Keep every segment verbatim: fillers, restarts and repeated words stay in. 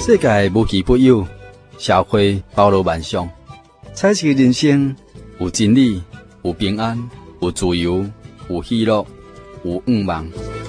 世界无奇不有，社会包罗万象。彩色人生有真理，有平安，有自由，有喜乐，有愿望。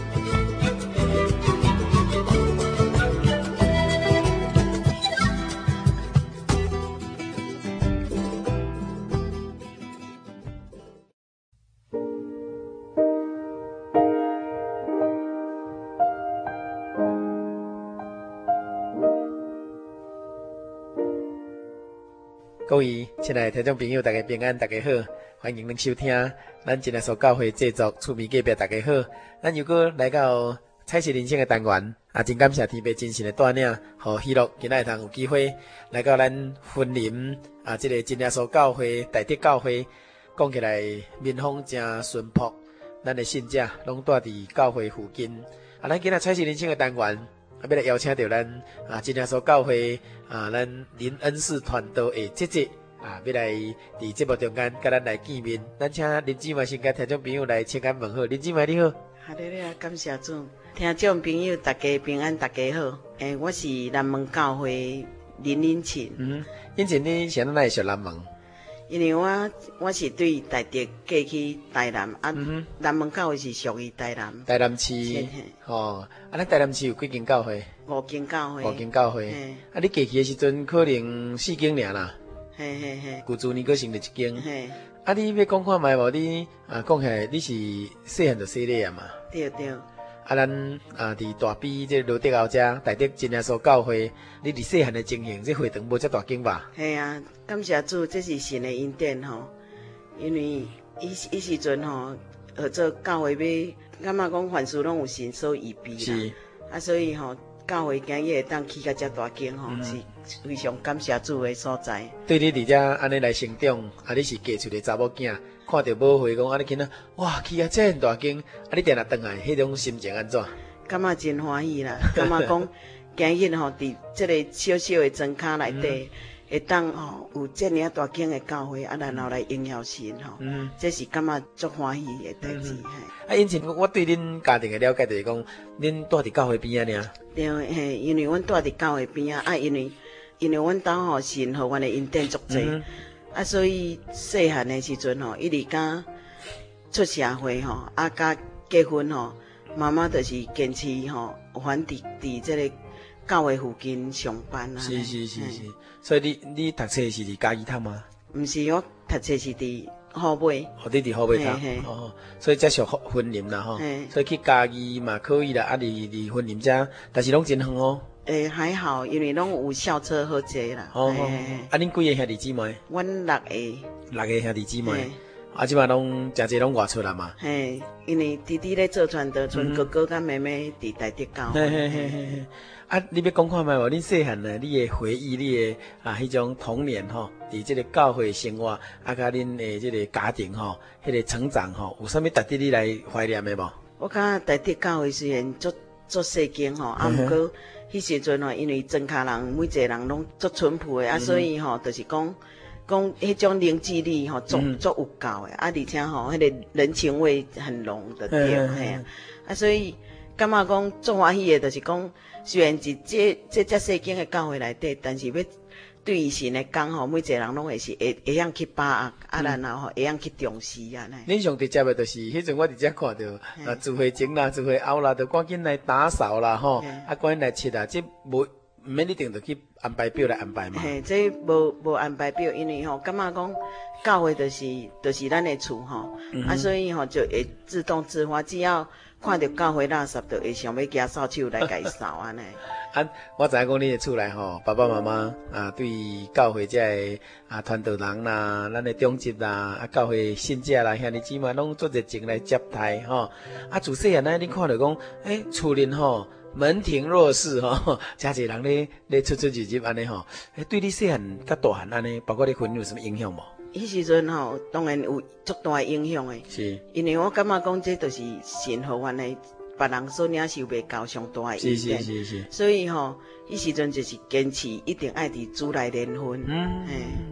各位亲爱的听众朋友，大家平安，大家好，欢迎您收听咱真耶稣教会制作厝边隔壁，大家好。咱如果来到彩色人生的单元，啊，真感谢天父真神的带领，和喜乐今仔日通有机会来到咱婚林啊，这个真耶稣教会大德教会，讲起来面风真淳朴，咱的信者拢住伫教会附近。啊，咱今仔彩色人生的单元。啊，要来邀请到咱啊，真耶稣教会啊，咱林恩赐传道的姐姐啊，要来伫节目中间甲咱来见面。咱请林姊妹先甲听众朋友来请安问好。林姊妹你好， 哈利路亚，感谢主，听众朋友大家平安，大家好。诶，我是南门教会林荫琴。 嗯，荫琴你现在哪会属南门？ 因为我我是对台德过去台南啊， 嗯、 南门教会是属于台南。 台南市，哦，啊，咱台南市有几间教会？ 五间教会。 五间教会。啊，你过去的时阵可能四间尔啦。 嘿嘿嘿。 旧主年阁成了一间。 嘿。 啊，你要讲看卖无？你啊，讲起来你是细汉就洗礼啊嘛？ 对对。 啊，咱啊，伫大比这罗德后遮台德真耶稣教会，你伫细汉的情形，这会堂无遮大间吧？ 系啊，感谢主，这是神的恩典吼。因为伊伊时阵吼，合作教会要，感觉讲凡事拢有神所预备啦。 是。 啊，所以吼，教会今日会当起到遮大间吼，嗯、是非常感谢主的所在。 对你伫遮安尼来成长，啊，你是嫁出个查某囝。看到母会讲，啊，你见到哇，起啊这大间，啊，你定来转来，迄种心情安怎？ 感觉真欢喜啦！感觉讲今日吼，伫这个小小的庄卡内底，会当吼有这尔大间的教会，啊，然后来荣耀神吼，嗯，这是感觉足欢喜的代志。 啊，以前我对恁家庭的了解就是讲，恁住伫教会边仔尔。 对嘿，因为阮住伫教会边仔，啊，因为因为阮兜吼神和阮的恩典足济。啊，所以细汉的时阵吼，一直甲出社会吼，啊，甲结婚吼，妈妈就是坚持吼，还伫伫这个教会附近上班啊。 是是是是，所以你你读册是伫嘉义读吗？ 毋是，我读册是伫后尾。 哦，你伫后尾读，哦，所以才属婚姻啦吼。所以去嘉义嘛可以啦，啊，伫伫婚姻遮，但是拢真远哦。 诶，还好，因为拢有校车好坐啦。 哦，啊，恁几个兄弟姊妹？ 阮六个。 六个兄弟姊妹，啊，即摆拢诚济拢外出啦嘛。 嘿，因为弟弟咧做传道，剩哥哥甲妹妹伫台德教。 嘿嘿嘿嘿。啊，你要讲看卖无？恁细汉呢？你的回忆，你的啊，迄种童年吼，伫即个教会生活，啊，甲恁的即个家庭吼，迄个成长吼，有啥物值得你来怀念的无？ 我感觉台德教会虽然足足细间吼，啊，毋过。迄时阵吼，因为庄卡人每一个人拢足淳朴的，啊，所以吼，就是讲讲迄种凝聚力吼，足足有够的，啊，而且吼，迄个人情味很浓的对，嘿啊，啊，所以感觉讲足欢喜的，就是讲虽然是这这遮细间的教会内底，但是要对于神的讲吼，每一个人拢会是会会晓去把握，啊，然后吼会晓去重视啊。 恁上直接的，就是迄阵我伫遮看到啊，聚会前啦，聚会后啦，就赶紧来打扫啦，吼，啊，赶紧来切啊，这无毋免一定就去安排表来安排嘛。 嘿，这无无安排表，因为吼，感觉讲教会就是就是咱的厝吼，啊，所以吼就会自动自发，只要看到教会垃圾，就会想要举扫帚来甲伊扫安尼。 啊，我知影讲你的厝内吼，爸爸妈妈啊，对教会这个啊传道人啦，咱的长职啦，啊教会信者啦，兄弟姊妹拢做热情来接待吼。啊，自细汉呢，你看到讲，诶，厝邻吼门庭若市吼，诚济人咧咧出出入入安尼吼，诶，对你细汉甲大汉安尼，包括你婚姻有什么影响无？ 迄时阵吼，当然有足大的影响诶。 是。因为我感觉讲，这就是神和阮的。别人所领受袂到上大的意见， 是是是是， 所以吼，迄时阵就是坚持一定爱伫主内联婚。嗯，嘿，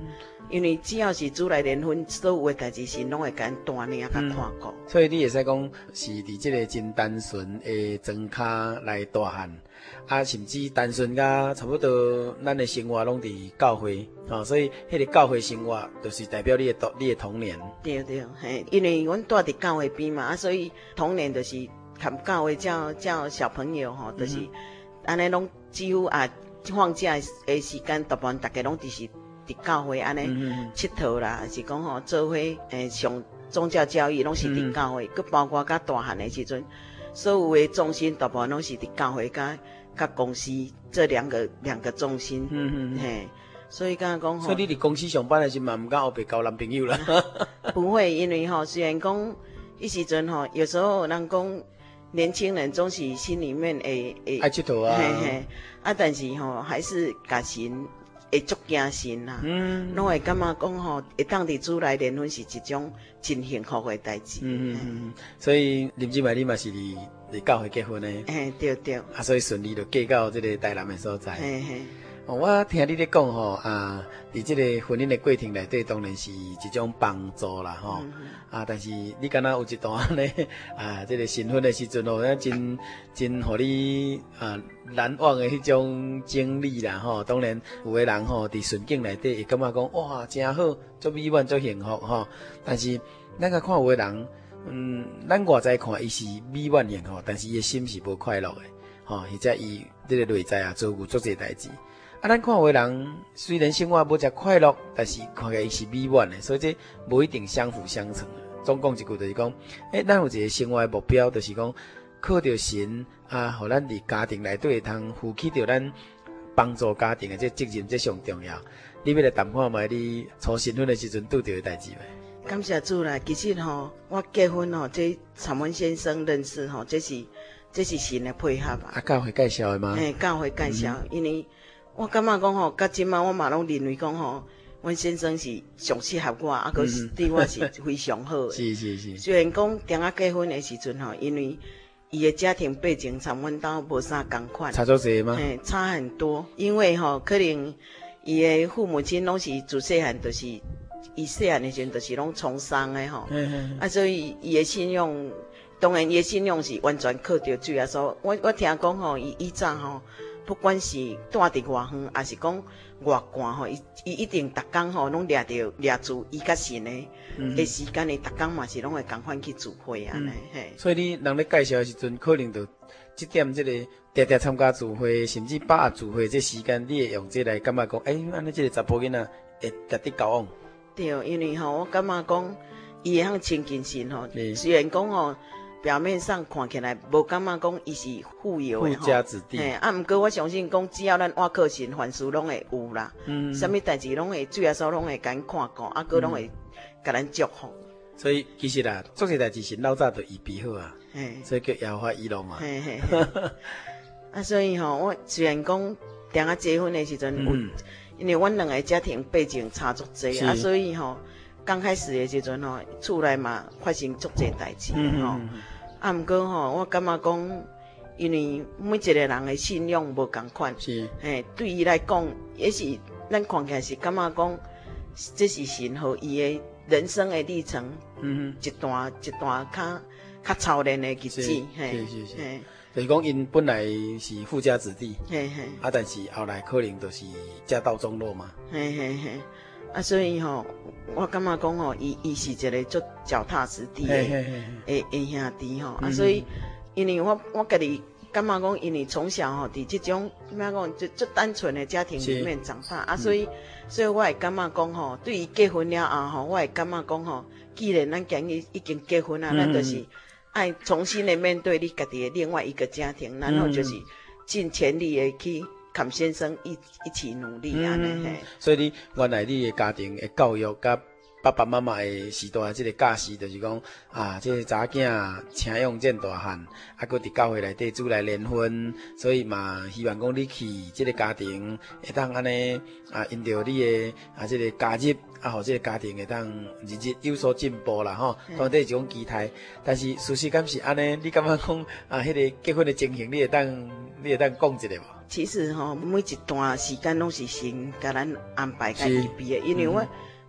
因为只要是主来联婚，所有的代志神拢会甲咱大领甲看顾。 所以你会使讲是伫即个真单纯的庄脚来大汉，啊，甚至单纯甲差不多咱的生活拢伫教会，哦，所以迄个教会生活就是代表你的你的童年。 对对，嘿，因为阮住伫教会边嘛，啊，所以童年就是含教会叫叫小朋友吼，就是安尼拢几乎啊放假的时间，大部分大家拢就是伫教会安尼佚佗啦，是讲吼做伙诶上宗教教育拢是伫教会，佮、嗯、包括甲大汉的时阵，所有的中心大部分拢是伫教会甲甲公司这两个两个中心，嗯嗯，嘿，所以刚刚讲吼， 所以你伫公司上班的时嘛，唔敢后壁交男朋友啦？ 不会，因为吼虽然讲迄时阵吼，有时候人讲年轻人总是心里面会会爱佚佗啊， 嘿嘿，啊，但是吼还是甲神。会足惊神啦，嗯，拢会感觉讲吼，会当伫主来联婚是一种真幸福的代志。嗯嗯嗯， 所以林姊妹你嘛是伫伫教会结婚的， 嘿对对， 啊，所以顺利就嫁到这个台南的所在。 嘿嘿， 哦，我听你咧讲吼，啊，伫这个婚姻的过程内底，当然是一种帮助啦，吼、嗯，啊，但是你敢若有一段咧，啊，这个新婚的时阵哦，真真互你啊。难忘的迄种经历啦，吼，当然有的人吼伫顺境内底会感觉讲哇真好，足美满足幸福吼。但是咱甲看有的人，嗯，咱外在看伊是美满幸福，但是伊的心是无快乐的，吼，或者伊这个内在啊做有足侪代志。啊，咱看有的人虽然生活无遮快乐，但是看起来伊是美满的，所以这无一定相辅相成的。总讲一句就是讲，诶，咱有一个生活的目标，就是讲。靠着神啊，互咱伫家庭内底会通负起着咱帮助家庭的这责任，这上重要。你要来谈看卖你初新婚的时阵拄着的代志袂？ 感谢主啦！其实吼，我结婚吼，这参文先生认识吼，这是这是神的配合啊。 啊，教会介绍的吗？ 嘿，教会介绍，嗯、因为我感觉讲吼，到即马我嘛拢认为讲吼，阮先生是上适合我，啊，佮是对我是非常好的。 是是是。 虽然讲定啊结婚的时阵吼，因为伊的家庭背景参阮兜无啥共款， 差足济吗？ 嘿，差很多。因为吼，可能伊的父母亲拢是自细汉，就是伊细汉的时阵，就是拢从商的吼。啊，所以伊的信用，当然伊的信用是完全靠着主耶稣。我我听讲吼，伊以前吼，不管是住伫外远，还是讲外寒吼，伊伊一定逐工吼拢掠着掠住伊甲神的。的时间呢，逐工嘛是拢会共款去聚会啊，呢、嗯、嘿。 所以你人咧介绍的时阵，可能就这点这个常常参加聚会，甚至把握聚会这时间，你会用这来感觉讲，哎、欸，安尼这个查甫囡仔会值得交往。 对，因为吼，我感觉讲，伊会晓亲近神吼，虽然讲吼，表面上看起来无感觉讲伊是富有的富家子弟， 嘿，啊，毋过我相信讲，只要咱倚靠神，凡事拢会有啦。嗯，啥物代志拢会，主耶稣拢会甲咱看顾，啊，佮拢会。甲咱祝福， 所以其实啦，做些代志是老早就预备好啊，所以叫摇花一龙嘛。嘿嘿啊，所以吼，我虽然讲定啊结婚的时阵有，因为阮两个家庭背景差足济啊，所以吼刚开始的时阵吼，厝内嘛发生足济代志吼。啊，毋过吼，我感觉讲，因为每一个人的信仰无共款，是，嘿，对伊来讲，也是咱看起来是感觉讲，这是神和伊的。人生的历程，嗯，一段一段较较操练的日子， 嘿，是是是，就是讲因本来是富家子弟，嘿嘿，啊，但是后来可能就是家道中落嘛， 嘿嘿嘿，啊，所以吼，我感觉讲吼，伊伊是一个足脚踏实地的，诶诶兄弟吼，啊，所以因为我我家己感觉讲，因为从小吼伫这种怎么讲，就就单纯的家庭里面长大，啊，所以。所以我会感觉讲吼，对于结婚了后吼，我会感觉讲吼，既然咱今日已经结婚啊，咱、嗯、就是爱重新的面对你家己的另外一个家庭，然后就是尽全力的去跟先生一一起努力啊，嗯、 所以你原来你的家庭的教育甲爸爸妈妈的时代这个教示，就是讲啊，这个查囝请养见大汉，啊，佮伫教会内底主来联婚，所以嘛，希望讲你去这个家庭会当安尼啊，因着你的啊这个加入啊，互这个家庭会当日日有所进步啦吼，当然是一种期待。但是事实敢是安尼，你感觉讲啊，迄、那个结婚的情形，你会当你会当讲一下无？ 其实吼，每一段时间拢是神甲咱安排甲预备的，因为我。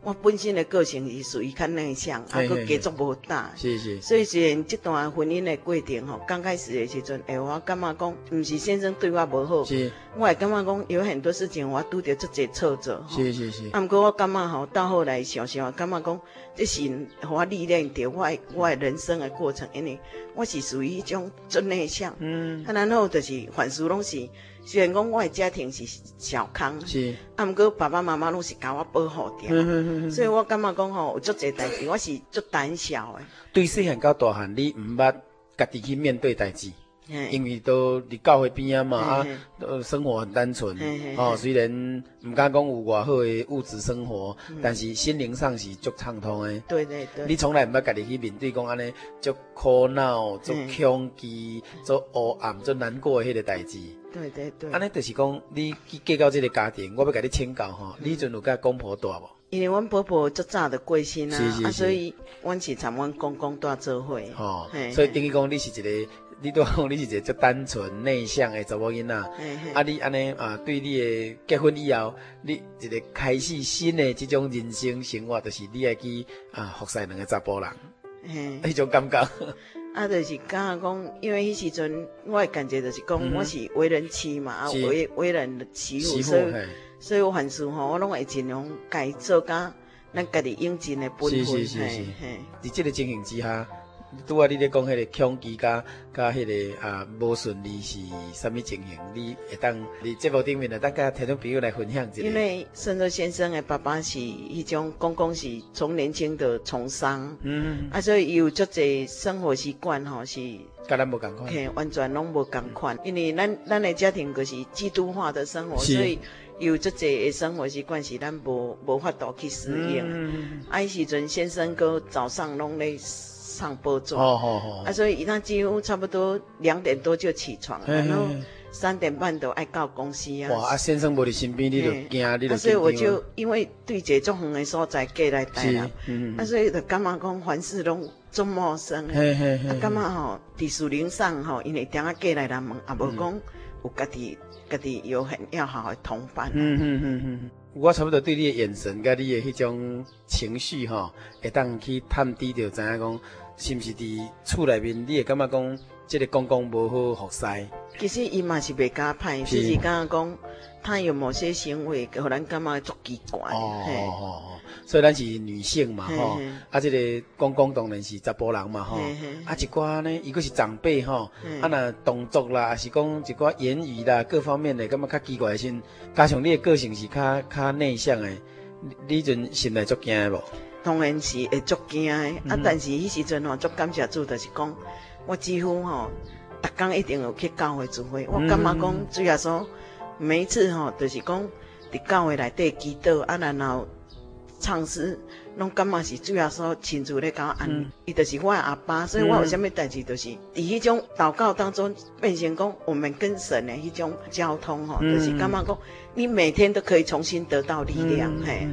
我本身的个性是属于较内向，啊，佮家族无大， 是是。 所以虽然这段婚姻的过程吼，刚开始的时阵，诶，我感觉讲，毋是先生对我无好， 是， 我会感觉讲有很多事情我拄着足侪挫折， 是是是。 啊，毋过我感觉吼，到后来想想，感觉讲，这是互我历练着我我的人生的过程，因为我是属于一种足内向，嗯，啊，然后就是凡事拢是。虽然讲我的家庭是小康，是，啊，毋过爸爸妈妈拢是甲我保护着，嗯、所以我感觉讲吼，有足侪代志，我是足胆小的。 对细汉到大汉，你毋捌家己去面对代志，因为都伫教会边啊嘛，啊，生活很单纯，哦，虽然毋敢讲有偌好的物质生活，嗯、但是心灵上是足畅通的。 对对对。 你从来毋捌家己去面对讲安尼足苦恼、足恐惧、足黑暗、足难过的迄个代志。 对对对， 安尼就是讲，你去嫁到这个家庭，我要甲你请教吼，你阵有甲公婆住无？ 因为阮婆婆足早就过身啊， 是是是啊， 所以阮是参阮公公住做伙。 吼、哦，所以等于讲你是一个，你都讲你是一个足单纯内向的查某囡仔。啊，你安尼啊，对你的结婚以后，你一个开始新的这种人生生活，就是你会去啊服侍两个查甫人，迄种感觉。 啊，就是感觉讲，因为迄时阵我的感觉就是讲，嗯、我是为人妻嘛，啊为为人的媳妇，所以所以我凡事吼，我拢会尽量家做甲咱家己应尽的本分。 是是是是。伫这个情形之下，拄啊，你咧讲迄个恐惧甲甲迄个啊无顺利是啥物情形？你会当伫节目顶面来，当甲听众朋友来分享一下。 因为孙哲先生的爸爸是迄种公公是从年轻的从商，嗯，啊，所以伊有足侪生活习惯吼是， 甲咱无共款， 嘿，完全拢无共款。因为咱咱的家庭就是基督化的生活，所以有足侪的生活习惯是咱无无法度去适应。嗯，啊，迄时阵先生哥早上拢咧上报纸，哦哦哦，啊，所以他几乎差不多两点多就起床了，然后三点半都爱到公司啊。 哇，啊先生无伫身边，你就惊，你就。 啊，所以我就因为对这足远的所在过来待啦，嗯嗯，啊，所以就感觉讲凡事拢足陌生的，嘿嘿嘿，啊，感觉吼伫属灵上吼，因为点啊过来人问，也无讲有家己家己有很要好的同伴。嗯嗯嗯嗯。 我差不多对你的眼神，甲你的迄种情绪吼，会当去探知着，知影讲是毋是伫厝内面，你会感觉讲，这个公公无好服侍。 其实伊嘛是袂假歹，只是感觉讲，他有某些行为，互咱感觉足奇怪。 哦哦哦，所以咱是女性嘛吼，啊，这个公公当然是查甫人嘛吼，啊，一寡呢，伊个是长辈吼，啊，那动作啦，还是讲一寡言语啦，各方面的感觉较奇怪先，加上你的个性是较较内向的，你阵心内足惊的无？ 当然是会足惊的，啊，但是迄时阵吼，足感谢主，就是讲，我几乎吼，逐工一定有去教会聚会，我感觉讲，主要说每一次吼，就是讲伫教会内底祈祷，啊，然后唱诗，拢感觉是主要说亲自咧甲我安，伊就是我的阿爸，所以我有啥物代志，就是伫迄种祷告当中变成讲，我们跟神的迄种交通吼，就是感觉讲，你每天都可以重新得到力量，嘿。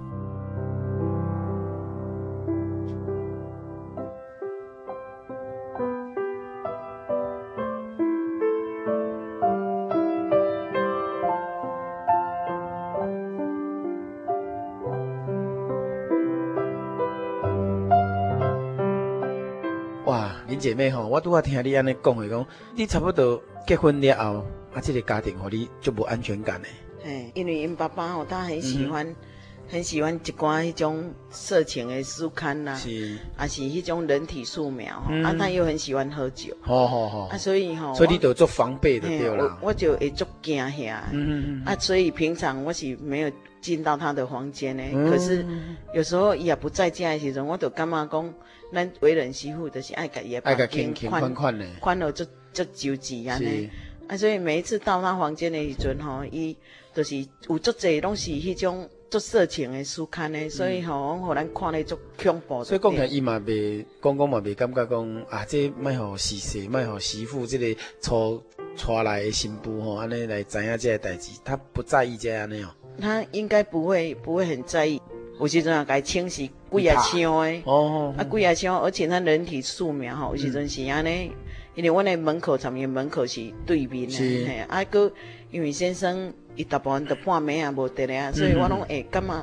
姐妹吼，我拄啊听你安尼讲的，讲你差不多结婚了后，啊，这个家庭互你就无安全感的。 嘿，因为因爸爸吼，他很喜欢，嗯、很喜欢一寡迄种色情的书刊啦，是，啊是迄种人体素描，嗯、啊，他又很喜欢喝酒。好好好。啊，所以吼， 所以你都做防备的对啦。 我我就会足惊吓。嗯嗯嗯。啊，所以平常我是没有进到他的房间的，嗯、可是有时候伊也不在家的时阵，我就感觉讲。咱为人媳妇就是爱家己的房间款款嘞，款了足足周济安尼，啊，所以每一次到他房间的时阵吼，伊就是有足侪拢是迄种足色情的书刊的，所以吼，互咱看咧足恐怖。 所以讲起来，伊嘛袂公公嘛袂感觉讲啊，这莫互媳妇，莫互媳妇这个娶娶来的新妇吼，安尼来知影这个代志，他不在意这安尼哦。 他应该不会不会很在意。有时阵也甲伊清洗几啊箱诶，哦，啊几啊箱，而且他人体素描吼，有时阵是安尼，因为阮诶门口上面门口是对面诶，嘿，啊个因为先生伊大部分都半暝也无得咧，所以我拢会感觉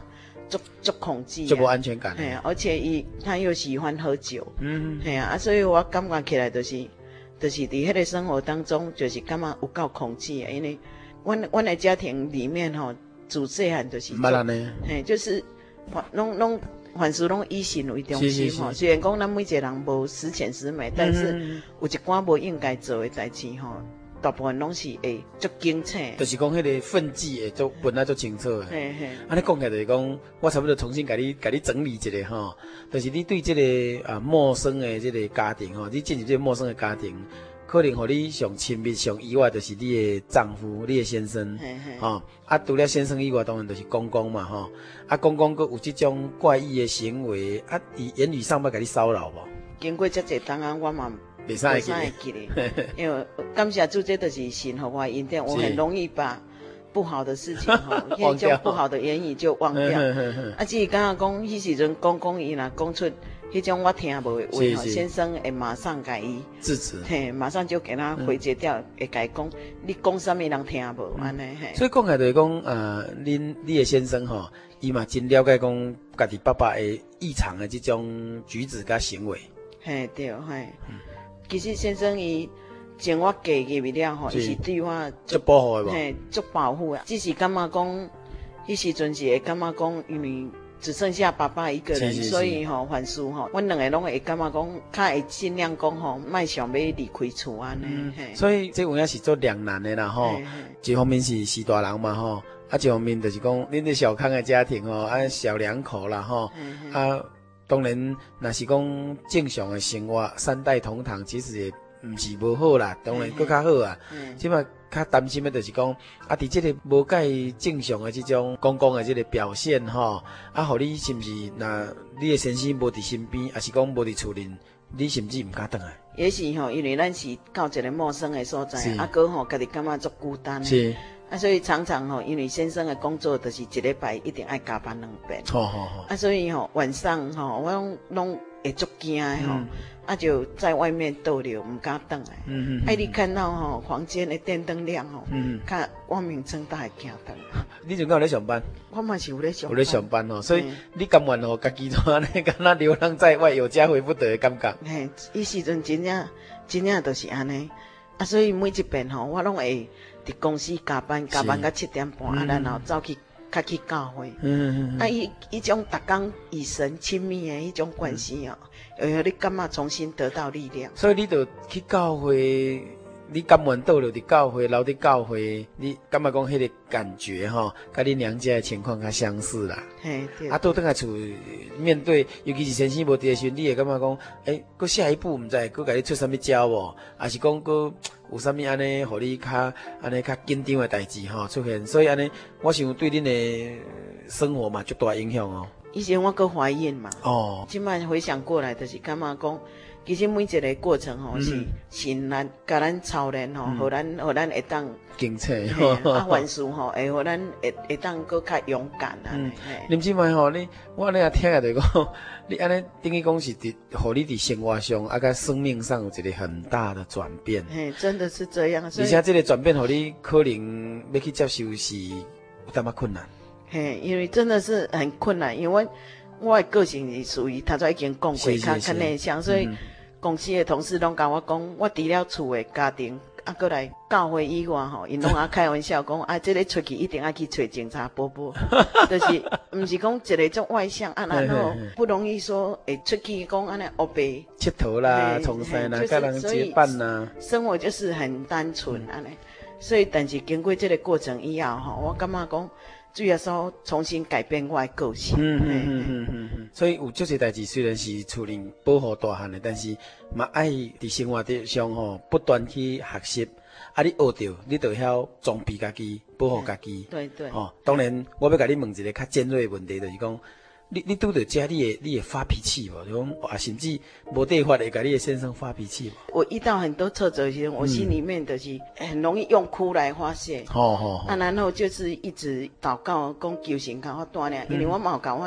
足足控制， 就无安全感。 嘿，而且伊他又喜欢喝酒， 嗯， 嘿啊，所以我感觉起来就是，就是伫迄个生活当中，就是感觉有够控制的，因为阮阮的家庭里面吼，自细汉就是， 捌安尼， 嘿，就是拢拢凡事拢以信为中心吼。虽然讲咱每一个人无十全十美，但是有一寡无应该做的代志吼。大部分拢是会足精彩， 就是讲迄个分际会足分啊足清楚的。 嘿嘿， 安尼讲起来就是讲，我差不多重新甲你甲你整理一下吼，就是你对这个啊陌生的这个家庭吼，你进入这个陌生的家庭，可能互你上亲密、上意外，就是你的丈夫、你的先生， 嘿嘿， 吼啊，除了先生以外，当然就是公公嘛，吼啊，公公佫有这种怪异的行为，啊，伊言语上要甲你骚扰无？ 经过遮济档啊，我嘛。 袂使会记咧，因为感谢主，这就是神和我引导，我很容易把不好的事情吼，那种不好的言语就忘掉。啊，只是刚刚讲，迄时阵公公伊若讲出迄种我听无的话吼，先生会马上甲伊制止， 嘿，马上就给他回绝掉，会甲伊讲，你讲啥物人听无安尼嘿。 所以讲起来就是讲，呃，恁你的先生吼，伊嘛真了解讲家己爸爸的异常的这种举止甲行为。 嘿，对，嘿。其实先生伊从我嫁入去了吼，伊是对我足保护的无？ 嘿，足保护的。只是感觉讲，迄时阵是会感觉讲，因为只剩下爸爸一个人，是是是所以吼，凡事吼，阮两个拢会感觉讲，较会尽量讲吼，莫想要离开厝安尼。嗯、 所以这有影是做两难的啦吼。一方面是四大人嘛吼，啊一方面就是讲恁这小康的家庭吼，啊小两口啦吼，啊。当然，若是讲正常的生活，三代同堂，其实也毋是无好啦。当然，佫较好啊。即码较担心的，就是讲啊，伫即个无介正常的即种公公的即个表现吼，啊，互你是毋是？若你的先生无伫身边，还是讲无伫厝里，你甚至毋敢倒来？ 也是吼，因为咱是到一个陌生的所在，啊，哥吼，家己感觉足孤单。 是。 啊，所以常常吼，因为先生的工作就是一礼拜一定爱加班两遍。 好好好。 啊，所以吼晚上吼，我拢拢会足惊的吼，啊就在外面逗留，唔敢倒来。嗯嗯。啊，你看到吼房间的电灯亮吼，嗯，看光明正大的行倒。 你阵敢有咧上班？ 我嘛是有咧上班。 有咧上班吼，所以你甘愿吼家己都安尼，敢若流浪在外，有家回不得的感觉。 嘿，伊时阵真正真正都是安尼。啊，所以每一遍吼，我拢会伫公司加班，加班到七点半，啊，然后走去，较去教会。嗯嗯。啊，伊伊种逐工与神亲密的迄种关系哦，会让你感觉重新得到力量。 所以你就去教会，你甘愿倒落伫教会，留伫教会，你感觉讲迄个感觉吼，甲你娘家的情况较相似啦。 嘿，对。 啊，倒转来厝面对，尤其是先生无伫的时，你会感觉讲，诶，佮下一步毋知，佮甲你出啥物招无？还是讲佮有啥物安尼，互你较安尼较紧张的代志吼出现？所以安尼，我想对恁的生活嘛，足大影响哦。 以前我佮怀孕嘛， 哦， 即摆回想过来，就是感觉讲。其实每一个过程吼、嗯、是神来甲咱操练吼，互、嗯、咱互咱会当精彩， 啊，凡事吼会互咱会会当搁较勇敢啊。嗯， 恁即摆吼，你我咧听下就讲，你安尼等于讲是伫，互你伫生活上啊，甲生命上有一个很大的转变。 嘿，真的是这样。 而且这个转变，互你可能要去接受是有淡仔困难。 嘿，因为真的是很困难，因为我我的个性是属于，他都已经讲过，较较内向，所以。嗯公司的同事拢甲我讲，我除了厝的家庭，啊，过来教会以外吼，因拢啊开玩笑讲，啊，这个出去一定要去找警察伯伯，就是毋是讲一个种外向啊，然后不容易说会出去讲安尼黑白佚佗啦、从事啦、甲人结伴啦， 生活就是很单纯安尼。所以，但是经过这个过程以后吼，我感觉讲。主要说重新改变我的个性。嗯嗯嗯嗯嗯嗯。所以有这些代志虽然是处理保护大汉的，但是嘛爱伫生活上吼不断去学习。啊，你学到，你就晓装备家己，保护家己。 对对。 哦，当然，我要甲你问一个较尖锐的问题，就是讲，你你拄到遮，你会你会发脾气无？就讲啊，甚至无地法会甲你的先生发脾气无？ 我遇到很多挫折时，我心里面就是很容易用哭来发泄。 好好。 啊，然后就是一直祷告，讲求神甲我锻炼，因为我嘛有甲我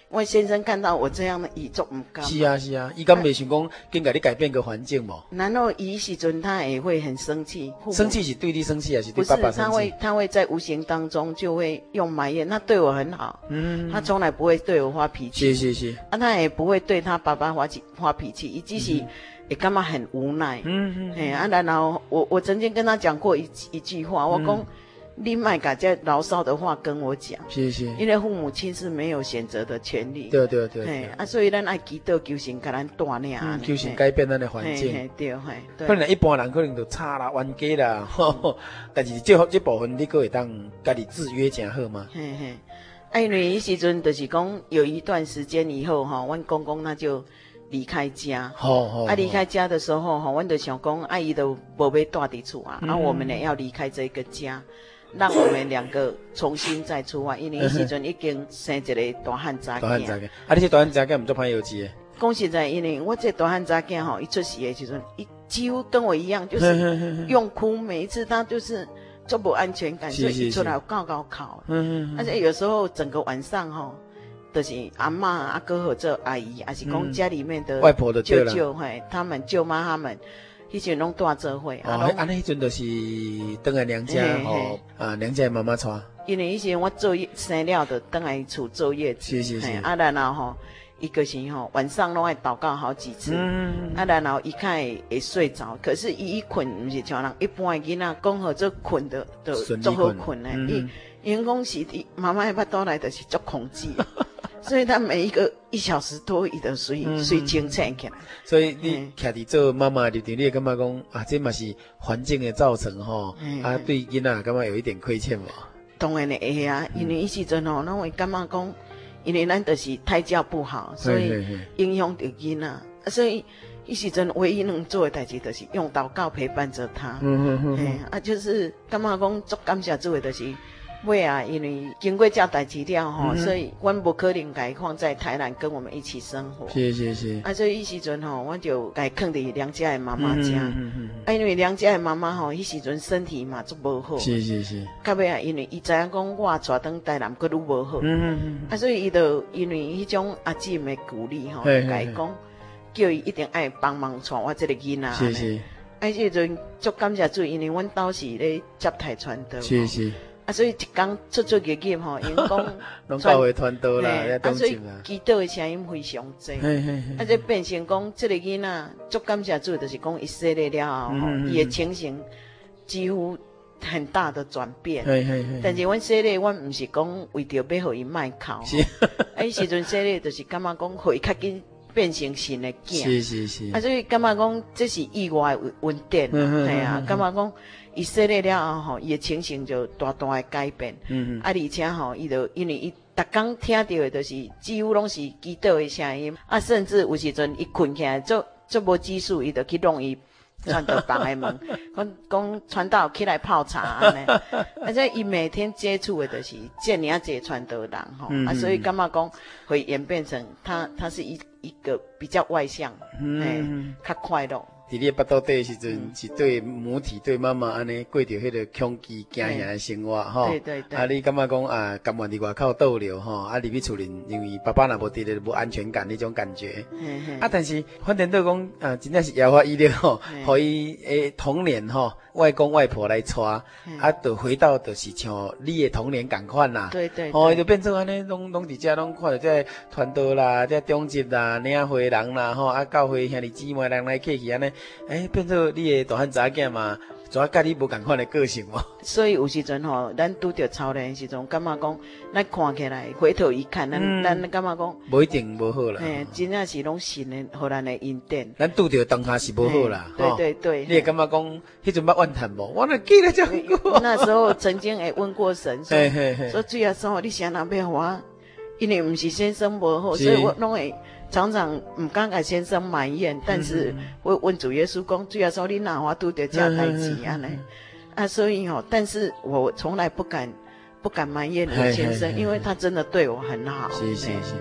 我先生看到我这样的，伊足唔甘。 是啊是啊，伊敢袂想讲，紧甲你改变个环境无？ 然后伊时阵他也会很生气， 生气是对你生气还是对爸爸生气？ 不是，他会他会在无形当中就会用埋怨，他对我很好，嗯，他从来不会对我发脾气， 是是是， 啊，他也不会对他爸爸发起发脾气，伊只是会感觉很无奈，嗯嗯，嘿啊，然后我我曾经跟他讲过一一句话，我讲。你莫把这牢骚的话跟我讲， 是是， 因为父母亲是没有选择的权利。 对对对，嘿啊，所以咱爱祈祷求神给咱带领， 嗯，求神改变咱的环境。 嘿对嘿， 可能一般人可能就差啦、冤家啦，吼，但是这这部分你可会当家己制约真好吗？ 嘿嘿，啊，因为迄时阵就是讲有一段时间以后哈，阮公公那就离开家， 好好， 啊，离开家的时候哈，阮就想讲，阿姨都无要住伫厝啊，啊，我们也要离开这个家。让我们两个重新再出发，因为迄时阵已经生一个大汉查囝。大汉查囝， 啊！你这大汉查囝唔做歹幼稚的。 讲实在，因为我这大汉查囝吼，一出世的时阵，一几乎跟我一样，就是用哭，每一次他就是做不安全感，所以一出来有高高考。嗯嗯。而且有时候整个晚上吼，就是阿嬷、阿哥或者阿姨，还是讲家里面的外婆的舅舅，嘿，他们舅妈他们。迄阵拢大做伙， 啊，安尼迄阵就是回来娘家吼，啊，娘家妈妈带。 因为迄阵我坐月生了的，回来厝坐月子， 是是是。 啊，然后吼，伊就是吼晚上拢爱祷告好几次，嗯，啊，然后伊较会会睡着，可是伊一困，毋是像人一般的囡仔讲好做困的，就足好困嘞。伊因讲是伊妈妈一巴倒来就是足恐惧。所以他每一个一小时多，伊都睡睡清醒起来。 所以你徛伫做妈妈里头，你会感觉讲啊，这嘛是环境的造成吼，啊，对囡仔感觉有一点亏欠无？ 当然会啊，因为伊时阵吼，咱会感觉讲，因为咱就是胎教不好，所以影响到囡仔，所以伊时阵唯一能做的代志，就是用祷告陪伴着他。嗯嗯嗯，啊，就是感觉讲足感谢主的，就是。尾啊，因为经过这代志了吼，所以阮无可能甲伊放在台南跟我们一起生活。 是是是。 啊，所以迄时阵吼，我就甲伊放伫娘家的妈妈家。嗯嗯嗯。啊，因为娘家的妈妈吼，迄时阵身体嘛足无好。 是是是。 到尾啊，因为伊知影讲我带转台南，佫愈无好。嗯嗯嗯。啊，所以伊就因为迄种阿姊的鼓励吼，甲伊讲，叫伊一定爱帮忙带我这个囡仔。是是。啊，迄时阵足感谢主，因为阮兜是咧接待传道。是是。啊，所以一天出出入入吼，因讲拢教会传道啦， 啊，所以祈祷的声音非常济。啊，这变成讲，这个囡仔足感谢主，就是讲伊洗礼了后，伊的情形几乎很大的转变。但是阮洗礼，阮毋是讲为着要互伊卖哭，啊，迄时阵洗礼就是感觉讲，互伊较紧变成神的囝。是是是。啊，所以感觉讲这是意外稳定，系啊，感觉讲。伊洗礼了后吼，伊的情形就大大的改变。嗯嗯。啊，而且吼，伊就因为伊逐工听到的都是几乎拢是祈祷的声音，啊，甚至有时阵伊困起来，做做无技术，伊就去弄伊传道房的门，讲讲传道起来泡茶安尼。而且伊每天接触的都是这尔啊侪传道人吼，嗯、啊，所以感觉讲会演变成他他是一一个比较外向，嗯，较快乐。 伫你腹肚底的时阵，嗯、是对母体对妈妈安尼过着迄个恐惧惊吓的生活吼。 对对对。 啊，你感觉讲啊，甘愿伫外口逗留吼，啊，入去厝里，因为爸爸若无伫咧无安全感那种感觉。嗯嗯。啊，但是反正都讲啊，真正是遥花意料吼，互伊诶童年吼，外公外婆来带，啊，就回到就是像你的童年共款啦。 对对。 吼，伊就变做安尼，拢拢伫遮拢看到这传道啦，这中职啦，领会人啦，吼，啊，教会兄弟姊妹人来客去安尼。哎，变做你的大汉查囝嘛，怎甲你无共款的个性哦。 所以有时阵吼，咱拄着超人的时阵，感觉讲，咱看起来回头一看，咱、嗯、咱感觉讲， 无一定无好啦。 嘿，真正是拢神的，互咱的恩典。 咱拄着当下是无好啦。 对对对。 你会感觉讲，迄阵捌怨叹无？我若记得讲过。 那时候曾经也问过神说，说主耶稣，你想哪边我？因为毋是先生无好，所以我拢会。常常唔敢甲先生埋怨，但是我问主耶稣讲，主耶稣你哪我拄着这代志安尼啊，所以吼，但是我从来不敢不敢埋怨我先生，因为他真的对我很好。 是是是。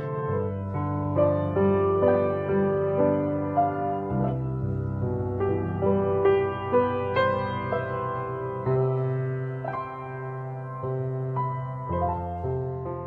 听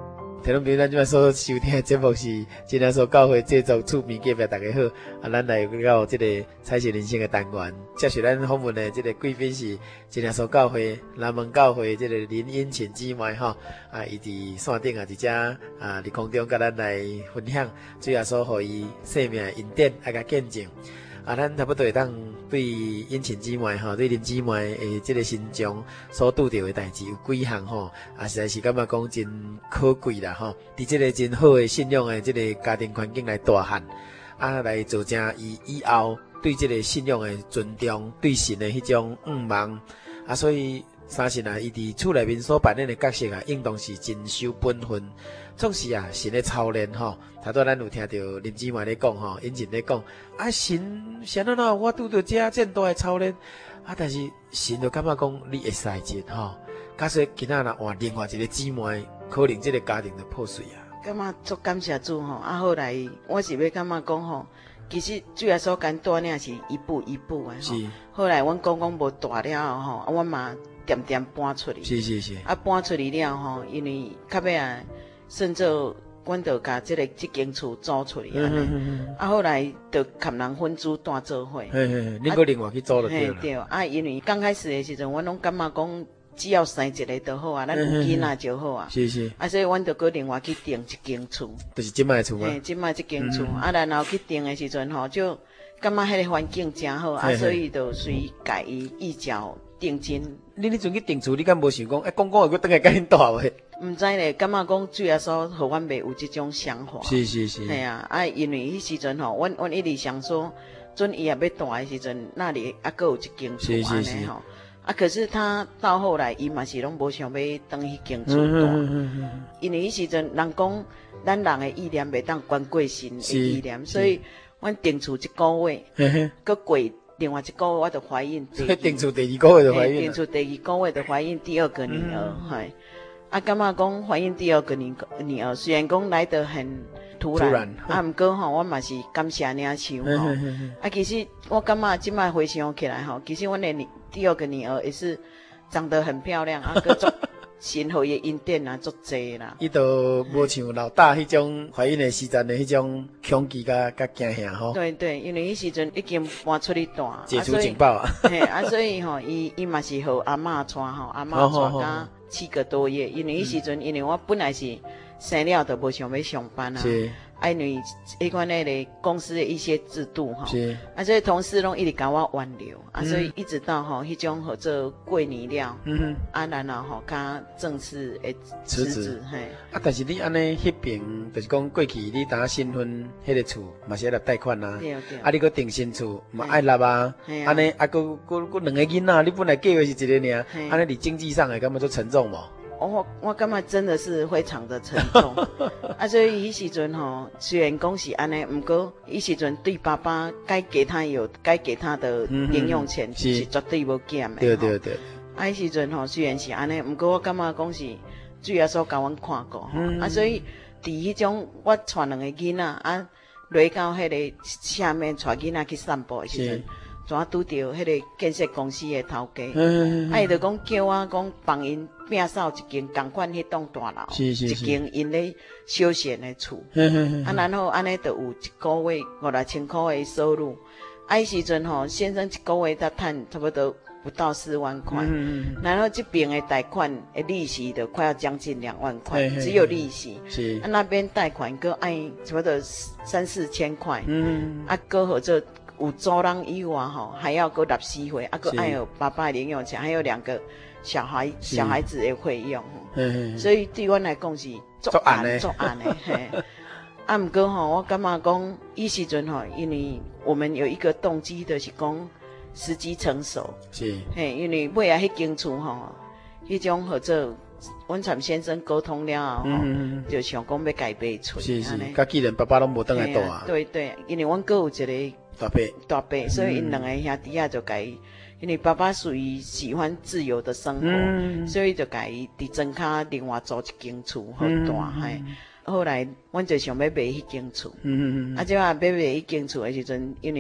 听众朋友，咱即摆所收听的节目是真耶稣教会制作厝边隔壁大家好，啊，咱来到这个彩色人生的单元，接受咱访问的这个贵宾是真耶稣教会南门教会这个林荫群姊妹吼，啊，伊伫线顶啊，伫遮啊，伫空中甲咱来分享主耶稣互伊生命的恩典啊，甲见证。啊，咱差不多会当对殷勤姊妹吼，对林姊妹诶，即个心中所拄着诶代志有几项吼，啊，实在是感觉讲真可贵啦吼。伫即个真好诶信仰诶，即个家庭环境来大汉，啊，来做正以以后对即个信仰诶尊重，对神诶迄种仰望，啊，所以相信啊，伊伫厝内面所扮演诶角色啊，应当是真守本分。总是啊，神咧操练吼，头拄咱有听到林姊妹咧讲吼，殷勤咧讲，啊神神啊哪我拄着遮这么大诶操练，啊但是神就感觉讲你会使劲吼，假说今仔若换另外一个姊妹，可能这个家庭就破碎啊。 感觉足感谢主吼，啊后来我是要感觉讲吼，其实主要所干带领是一步一步诶吼。是。后来阮公公无大了吼，啊阮嘛点点搬出去。是是是。啊搬出去了吼，因为较尾啊。甚至阮就甲即个即间厝租出去安尼，啊后来就含人分租单做伙。 嘿嘿，你搁另外去租就对了。 对，啊，因为刚开始的时阵，阮拢感觉讲只要生一个就好啊，咱有囡仔就好啊。是是。啊，所以阮就搁另外去订一间厝。 就是即摆厝吗？ 嘿，即摆即间厝，啊，然后去订的时阵吼，就感觉迄个环境真好，啊，所以就随家己一脚定金。 你迄阵去订厝，你敢无想讲，哎，公公会搁等下甲恁住袂？ 毋知咧，感觉讲主要说，互阮袂有即种想法。 是是是。 系啊，啊，因为迄时阵吼，阮阮一直想说，准伊也要大的时阵，那里啊，搁有一间厝安尼吼。啊，可是他到后来，伊嘛是拢无想要当迄间厝大，因为迄时阵人讲，咱人的意念袂当关过神的意念，所以阮订厝一个月，搁过另外一个月我就怀孕。 所以订厝第二个月就怀孕。 订厝第二个月就怀孕第二个女儿，嘿。啊，感觉讲怀孕第二个女女儿，虽然讲来得很突然，突然啊，毋过吼，我嘛是感谢领受吼。啊，其实我感觉即摆回想起来吼，其实阮的第二个女儿也是长得很漂亮啊，各种神互伊恩典啊，足济啦。 伊都无像老大迄种怀孕的时阵的迄种恐惧甲甲惊吓吼。 对对，因为迄时阵已经搬出去住， 解除警报啊。 嘿，啊，所以吼，伊伊嘛是互阿嬷带吼，阿嬷带甲。七个多月，因为迄时阵，因为我本来是生了就无想要上班啊，是，啊，因为迄款那个公司的一些制度哈，是，啊，所以同事拢一直甲我挽留，啊，所以一直到吼迄种合作过年了，嗯，啊，然后吼甲正式诶辞职，嘿， 啊，但是你安尼迄边就是讲过去你当新婚迄个厝嘛是爱贷款啊，对对，啊，你搁订新厝嘛爱纳啊，安尼啊，搁搁搁两个囡仔，你本来计划是一个尔，安尼你经济上会感觉做沉重无？ 我我感觉真的是非常的沉重，啊，所以迄时阵吼，虽然讲是安尼，毋过迄时阵对爸爸该给他有该给他的零用钱是绝对无减的。 对对对。 啊，迄时阵吼虽然是安尼，毋过我感觉讲是主要所甲阮看过，啊，所以伫迄种我带两个囡仔啊，落到迄个下面带囡仔去散步的时阵。怎拄着迄个建设公司的头家，啊，伊就讲叫我讲帮因摒扫一间共款迄栋大楼，一间因咧休闲的厝，啊，然后安尼就有一个月五六千块的收入，啊，迄时阵吼，先生一个月才趁差不多不到四万块，然后这边的贷款的利息就快要将近两万块，只有利息，啊，那边贷款搁爱差不多三四千块，啊，搁或者。有租人以外吼，还要搁纳四回，啊，搁还有爸爸的零用钱，还有两个小孩小孩子的费用，所以对阮来讲是足暗足暗的嘿。啊，毋过吼，我感觉讲，伊时阵吼，因为我们有一个动机，就是讲时机成熟，是嘿，因为尾啊迄间厝吼，迄种合作。阮参先生沟通了后，嗯、就想讲要改卖厝。 是是，甲既然爸爸拢无倒来住啊。 对对，因为阮阁有一个大伯， 大伯，所以因两个兄弟啊就改，因为爸爸属于喜欢自由的生活，嗯、所以就改伫庄卡另外租一间厝好大嘿。后来阮就想要买迄间厝，嗯嗯嗯，啊，即话买买迄间厝的时阵，因为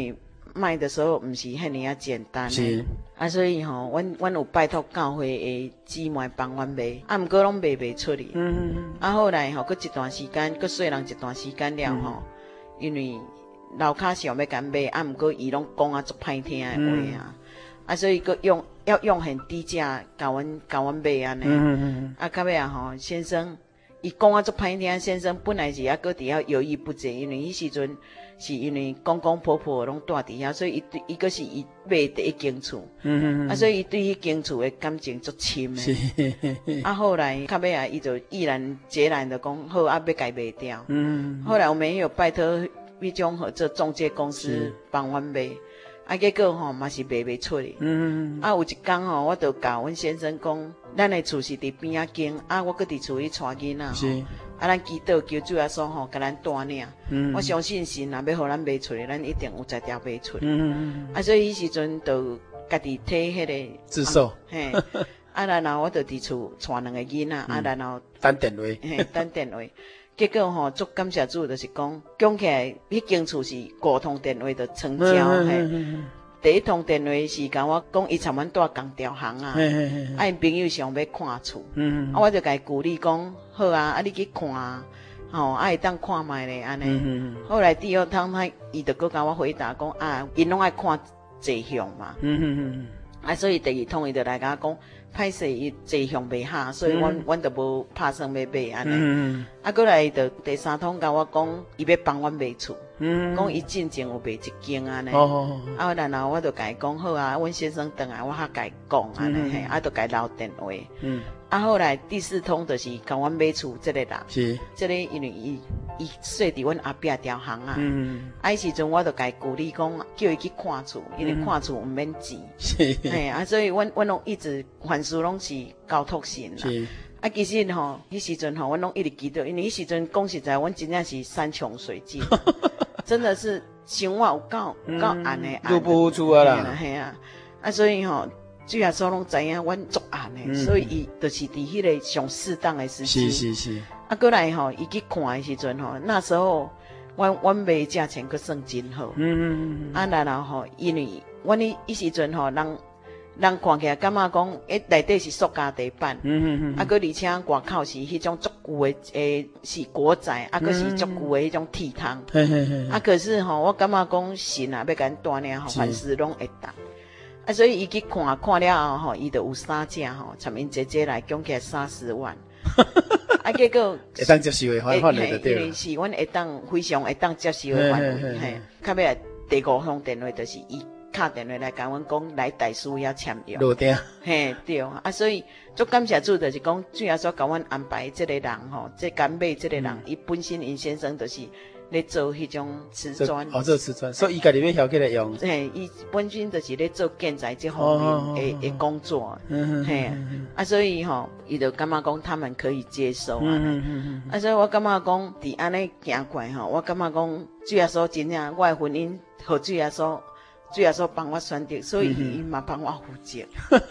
卖的时候不是遐尼啊简单的。 是啊，所以吼、喔，阮阮有拜托教会的姊妹帮阮卖，啊，毋过拢卖袂出去。嗯嗯嗯。啊，后来吼、喔，过一段时间，过细人一段时间了吼、嗯，因为楼骹想要甲卖，啊，毋过伊拢讲啊足歹听的话啊，嗯、啊，所以个用要用很低价甲阮甲阮卖安尼。嗯嗯嗯。啊，到尾啊吼，先生，伊讲啊足歹听，先生本来是还搁伫遐犹豫不决，因为迄时阵。是因为公公婆婆拢住伫遐，所以伊对伊个是伊买第一间厝，嗯嗯啊，所以伊对迄间厝的感情足深的。啊，后来到尾啊，伊就毅然决然的讲好，啊，要改卖掉。嗯，后来我们也有拜托迄种合作中介公司帮阮卖，啊，结果吼嘛是卖袂出去。嗯，啊，有一天吼，我就教阮先生讲，咱的厝是伫边仔间，啊，我搁伫厝里带囡仔。是。啊，咱祈祷求主耶稣吼，甲咱带领。嗯，我相信神若要互咱卖出去，咱一定有才调卖出去。嗯嗯啊，所以迄时阵就家己摕迄个自首。 嘿，啊，然后我就伫厝带两个囡仔，啊，然后等电话， 嘿，等电话。结果吼，足感谢主，就是讲讲起来，迄间厝是五通电话就成交。嘿，第一通电话是甲我讲，伊参阮住共条巷啊，啊，因朋友想要看厝，啊，我就甲伊鼓励讲。好啊，啊你去看啊，吼，啊会当看卖咧安尼。嗯、后来第二趟他伊就搁甲我回答讲啊，因拢爱看坐向嘛。嗯嗯嗯。啊，所以第二趟伊就来甲我讲，歹势伊坐向袂下，所以阮阮就无拍算要买安尼。嗯啊，过来就第三趟甲我讲，伊要帮阮买厝。嗯。讲伊进前有卖一间安尼。哦。啊，然后我就甲伊讲好啊，阮先生等来我较甲伊讲安尼，嘿，啊就甲伊留电话。嗯。啊，后来第四通就是甲阮买厝这个人，是，这个因为伊伊睡伫阮后壁条巷啊，嗯，啊，迄时阵我就甲伊鼓励讲，叫伊去看厝，因为看厝毋免钱，是，嘿，啊，所以阮阮拢一直凡事拢是交托神啦，是，啊，其实吼，迄时阵吼，阮拢一直记得，因为迄时阵讲实在，阮真正是山穷水尽，真的是生活有够有够暗的， 入不敷出啊啦， 嘿啊，啊，所以吼。主耶稣拢知影，阮足暗的，嗯、所以伊就是伫迄个上适当的时机。是是是。啊，过来吼，伊去看的时阵吼，那时候阮阮卖价钱佫算真好。嗯嗯嗯。啊，然后吼，因为阮迄迄时阵吼，人人看起来感觉讲，诶，内底是塑胶地板。嗯嗯嗯。啊，佫而且外口是迄种足旧的，诶，是国仔，啊，佫是足旧的迄种铁窗。嘿嘿嘿。啊，可是吼，我感觉讲神啊，要甲咱带领吼，凡事拢会当。啊，所以伊去看看了后吼，伊就有三只吼，参因姐姐来讲起来三十万，啊，结果会当接受的范范围就对了。 因为是阮会当非常会当接受的范围，嘿。到尾第五通电话就是伊敲电话来甲阮讲来大师要签约。 落定。 嘿，对啊，所以足感谢主，就是讲主要说甲阮安排这个人吼，这敢买这个人，伊、嗯、本身因先生就是。咧做迄种瓷砖， 哦，做瓷砖，所以伊家己要晓起来用。 嘿，伊本身就是咧做建材这方面的的工作，嘿，啊，所以吼，伊就感觉讲他们可以接受啊，啊，所以我感觉讲伫安尼行过吼，我感觉讲主耶稣真正我的婚姻和主耶稣，主耶稣帮我选择，所以伊嘛帮我负责。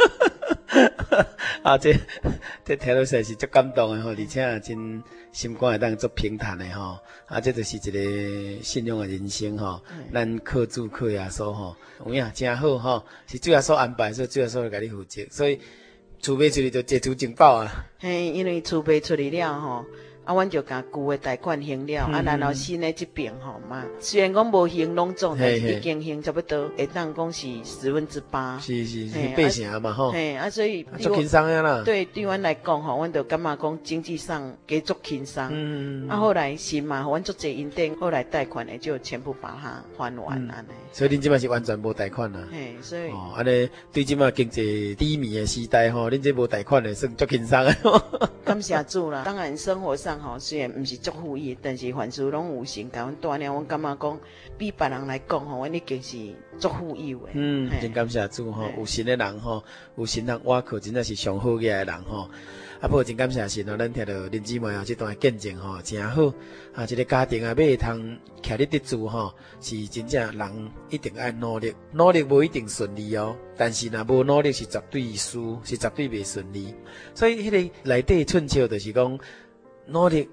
啊，这这听到实是足感动的吼，而且也真心肝会当足平坦的吼。啊，这就是一个信仰的人生吼。咱靠主靠耶稣吼，有影真好吼，是主耶稣安排，所以主耶稣会甲你负责。所以厝卖出去就借厝承包啊。 嘿，因为厝卖出去了吼。啊，阮就甲旧的贷款还了，嗯、啊，然后新的这边吼嘛，虽然讲无还拢总，但是已经还差不多，会当讲是十分之八。 是是是，八成嘛吼。 嘿，啊，所以足轻松呀啦。 对，对阮来讲吼，阮就感觉讲经济上加足轻松。嗯。啊，后来是嘛，阮足济因定，后来贷款的就全部把它还完安尼。 所以恁即摆是完全无贷款啦。 嘿，所以哦，安尼对即摆经济低迷的时代吼，恁这无贷款的算足轻松的。 感谢主啦，当然生活上吼虽然毋是足富裕，但是凡事拢有神甲阮带领，阮感觉讲比别人来讲吼，阮已经是足富裕的。 嗯，真感谢主吼，有神的人吼，有神通倚靠，真正是上好嘅人吼。啊，不过真感谢神哦，咱听到恁姊妹啊这段见证吼，真好啊！一个家庭啊，要会通徛咧得住吼，是真正人一定爱努力，努力无一定顺利哦。但是若无努力是绝对输，是绝对袂顺利。所以迄个内底寸笑就是讲努力。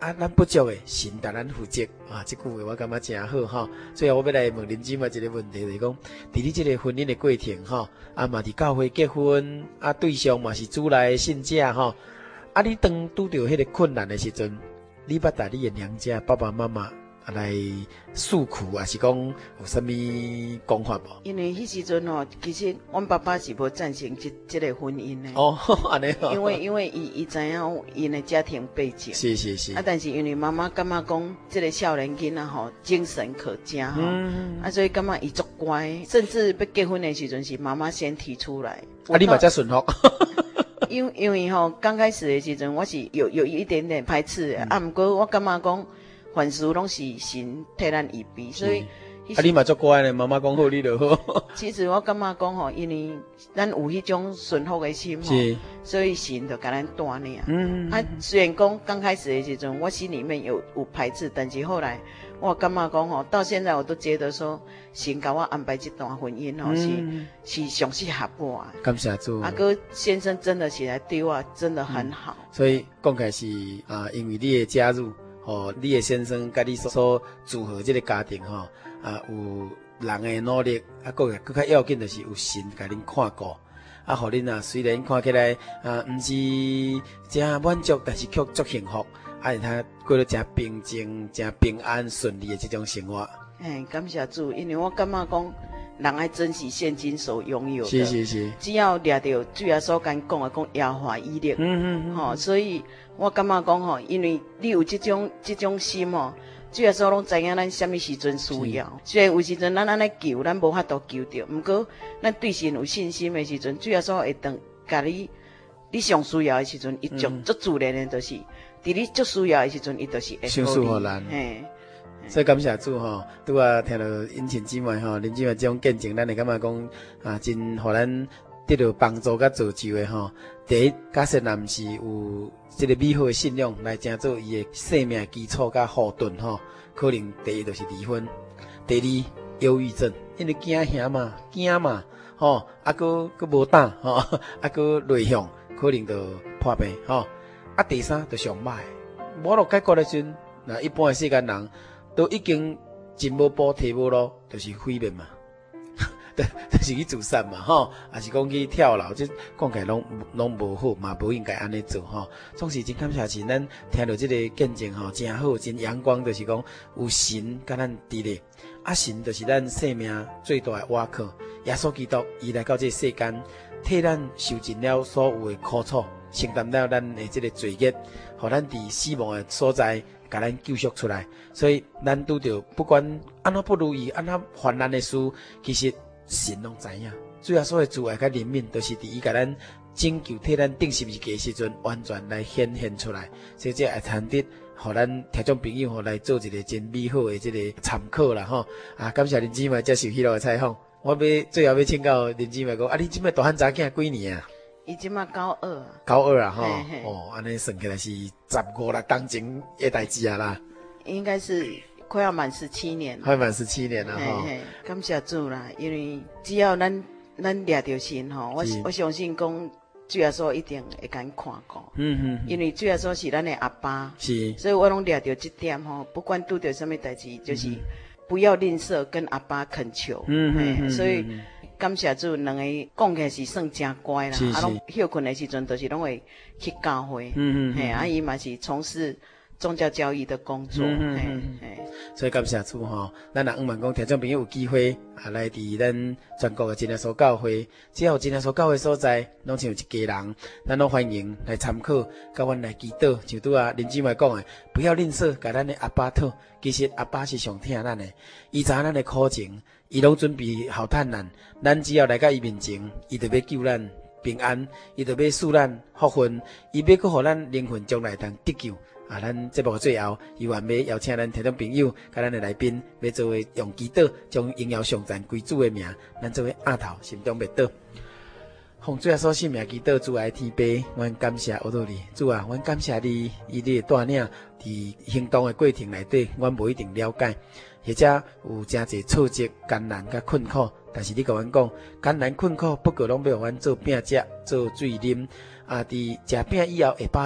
啊，咱不足的神带咱负责啊，这句话我感觉真好哈。所以我要来问林姊妹一个问题，就是讲，伫你这个婚姻的过程哈，啊嘛伫教会结婚，啊对象嘛是主内的信者哈，啊你当拄到迄个困难的时阵，你捌带你的娘家爸爸妈妈来诉苦，还是讲有啥物讲法无？ 因为迄时阵吼，其实阮爸爸是无赞成即即个婚姻的。 哦，安尼哦。 因为因为伊伊知影因的家庭背景。 是是是。 啊，但是因为妈妈感觉讲，即个少年囡仔吼，精神可嘉吼，嗯、啊，所以感觉伊足乖，甚至要结婚的时阵是妈妈先提出来。 啊，你嘛才顺服。 因因为吼，刚开始的时阵，我是有有一点点排斥的，嗯、啊，毋过我感觉讲。凡事拢是神替咱预备，所以啊，你嘛足乖咧，妈妈讲好，你就好。 其实我感觉讲吼，因为咱有迄种顺服的心吼，所以神就甲咱带领。嗯, 嗯, 嗯啊，虽然讲刚开始的时阵，我心里面有有排斥，但是后来我感觉讲吼，到现在我都觉得说，神甲我安排这段婚姻吼、嗯、是是上适合我。 感谢主。 阿哥先生真的起来对我真的很好。 嗯、所以讲开是啊，因为你的加入。哦，你的先生甲你所所组合这个家庭吼、哦，啊有人的努力，啊，搁个搁较要紧就是有神甲恁看顾，啊，互恁啊虽然看起来啊毋是真满足，但是却足幸福，啊，让他过得真平静、真平安顺利的这种生活。 哎，感谢主，因为我感觉讲，人爱珍惜现今所拥有的， 是是是， 只要抓到主耶稣敢讲的讲耶和华以勒，嗯嗯嗯，吼、哦，所以。我感觉讲吼，因为你有这种这种心吼，主要说拢知影咱什么时阵需要。虽然有时阵咱安尼求，咱无法度求到，不过咱对神有信心的时阵，主要说会当甲你你上需要的时阵，伊足足自然的，就是伫你足需要的时阵，伊就是会相互咱。嘿，所以感谢主吼，拄啊听到殷勤姊妹吼，恁姊妹这种见证，咱会感觉讲啊，真互咱得到帮助甲造就的吼。第一，假设若毋是有这个美好的信仰来成做伊的生命基础甲后盾吼，可能第一就是离婚，第二忧郁症，因为惊吓嘛，惊嘛，吼，啊个个无胆吼，啊个内向，可能就破病吼，啊第三就上歹，无路解决的时阵，那一般的世间人都已经进无步退无路，就是毁灭嘛。对，就是去自杀嘛，吼，还是讲去跳楼，这讲起来拢拢无好，嘛无应该安尼做，吼。总是真感谢神，咱听到这个见证，吼，真好，真阳光，就是讲有神甲咱伫咧，啊，神就是咱生命最大的瓦靠。耶稣基督伊来到这世间，替咱受尽了所有的苦楚，承担了咱的这个罪孽，互咱伫死亡的所在。甲咱救赎出来，所以咱拄着不管安怎不如意、安怎患难的事，其实神拢知影。主要所有主爱甲怜悯，都是伫伊甲咱拯救、替咱定十字架的时阵，完全来显现出来。所以这会谈得，互咱听众朋友吼来做一个真美好的这个参考啦吼。啊，感谢恁姊妹接受迄落的采访。我要最后要请教恁姊妹讲，啊，恁姊妹大汉查囝几年啊？ 伊即马高二啊， 高二啊，吼，哦，安尼算起来是十五六当前的代志啊啦， 应该是快要满十七年， 快满十七年了哈。 感谢主啦，因为只要咱咱抓着神吼，我我相信讲主耶稣一定会甲咱看顾，嗯嗯，因为主耶稣是咱的阿爸，是，所以我拢抓着这点吼，不管拄着什么代志，就是不要吝啬跟阿爸恳求，嗯嗯，所以。感谢主，两个讲起来是算真乖啦，啊，拢休困的时阵，都是拢会去教会，嗯嗯，嘿，啊，伊嘛是从事宗教教育的工作，嗯嗯嘿， 所以感谢主吼，咱若毋问讲听众朋友有机会啊来伫咱全国的真耶稣教会，只要有真耶稣教会所在，拢像一家人，咱拢欢迎来参考，甲阮来祈祷，像拄啊林姊妹讲的，不要吝啬，甲咱的阿爸讨，其实阿爸是上疼咱的，伊知影咱的苦情。伊拢准备好趁咱，咱只要来到伊面前，伊就要救咱平安，伊就要赐咱福分，伊要搁互咱灵魂将来通得救。啊，咱节目最后，伊愿要邀请咱听众朋友，甲咱的来宾，要做为用祈祷，将荣耀颂赞归主的名，咱做为压头，心中默祷。奉主耶稣圣名祈祷，主爱天父，阮感谢我到你，主啊，阮感谢你，以你的带领，伫行动的过程内底，阮无一定了解。或者有真侪挫折、艰难甲困苦，但是你甲阮讲，艰难困苦不过拢要互阮做饼食、做水啉，啊，伫食饼以后会饱足，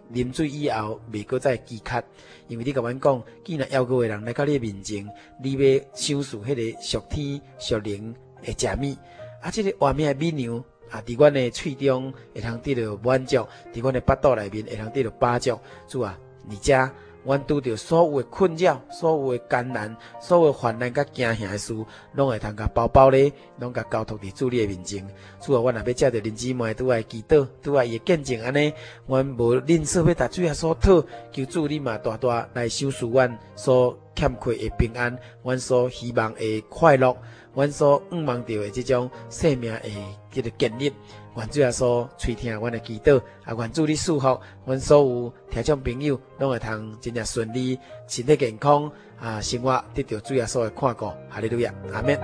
啉水以后袂搁再饥渴，因为你甲阮讲，既然邀过的人来到你面前，你要享受迄个属天属灵的食物，啊，这个画面的美娘啊，伫阮的喙中会通得到满足，伫阮的腹肚内面会通得到饱足。主啊，而遮阮拄着所有的困扰、所有的艰难、所有的患难甲惊吓的事，拢会通甲包包咧，拢甲交托伫主你的面前。主啊，阮若要借着恁姊妹拄爱祈祷，拄爱伊的见证安尼，阮无吝啬要达主耶稣讨，求主你嘛大大来赏赐阮所欠缺的平安，阮所希望的快乐，阮所仰望着的这种生命的这个建立。愿主耶稣垂听阮的祈祷，啊，愿主你祝福阮所有听众朋友，拢会通真正顺利、身体健康，啊，生活得到主耶稣的看顾。哈利路亚，阿们。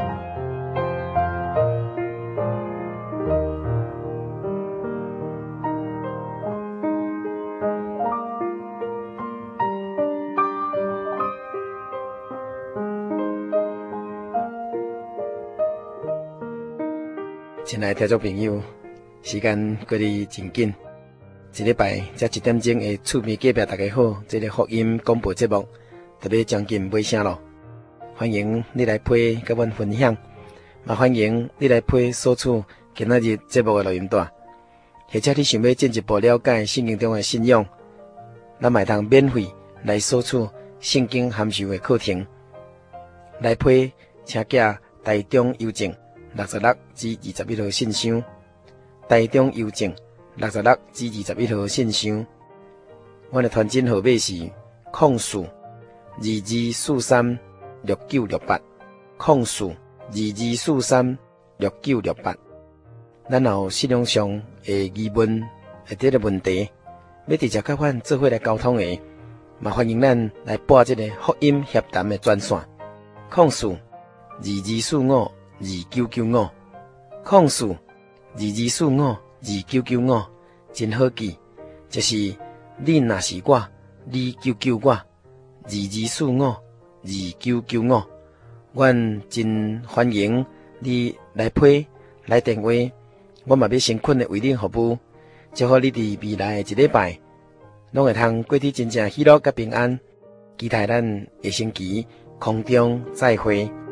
亲爱的听众朋友，时间过得真紧，一礼拜才一点钟的厝边隔壁大家好，这个福音广播节目特别将近尾声咯。欢迎你来陪甲阮分享，嘛欢迎你来陪索取今仔日节目的录音带，或者你想要进一步了解圣经中的信仰，咱嘛会通免费来索取圣经函授的课程，来陪请寄台中邮政六十六至二十一号信箱，台中邮政六十六至二十一号信箱。阮的传真号码是零四二二四三六九六八，零四二二四三六九六八。咱有信仰上的疑问或者个问题，要直接甲阮做伙来沟通的，嘛欢迎咱来拨这个福音协谈的专线，零四二二四五二九九五，零四二二四五二九九五，真好记，就是你若是我，你救救我，二二四五二九九五。阮真欢迎你来批来电话，我嘛要诚恳的为你服务，祝福你伫未来的一礼拜，拢会通过得真正喜乐甲平安。期待咱下星期空中再会。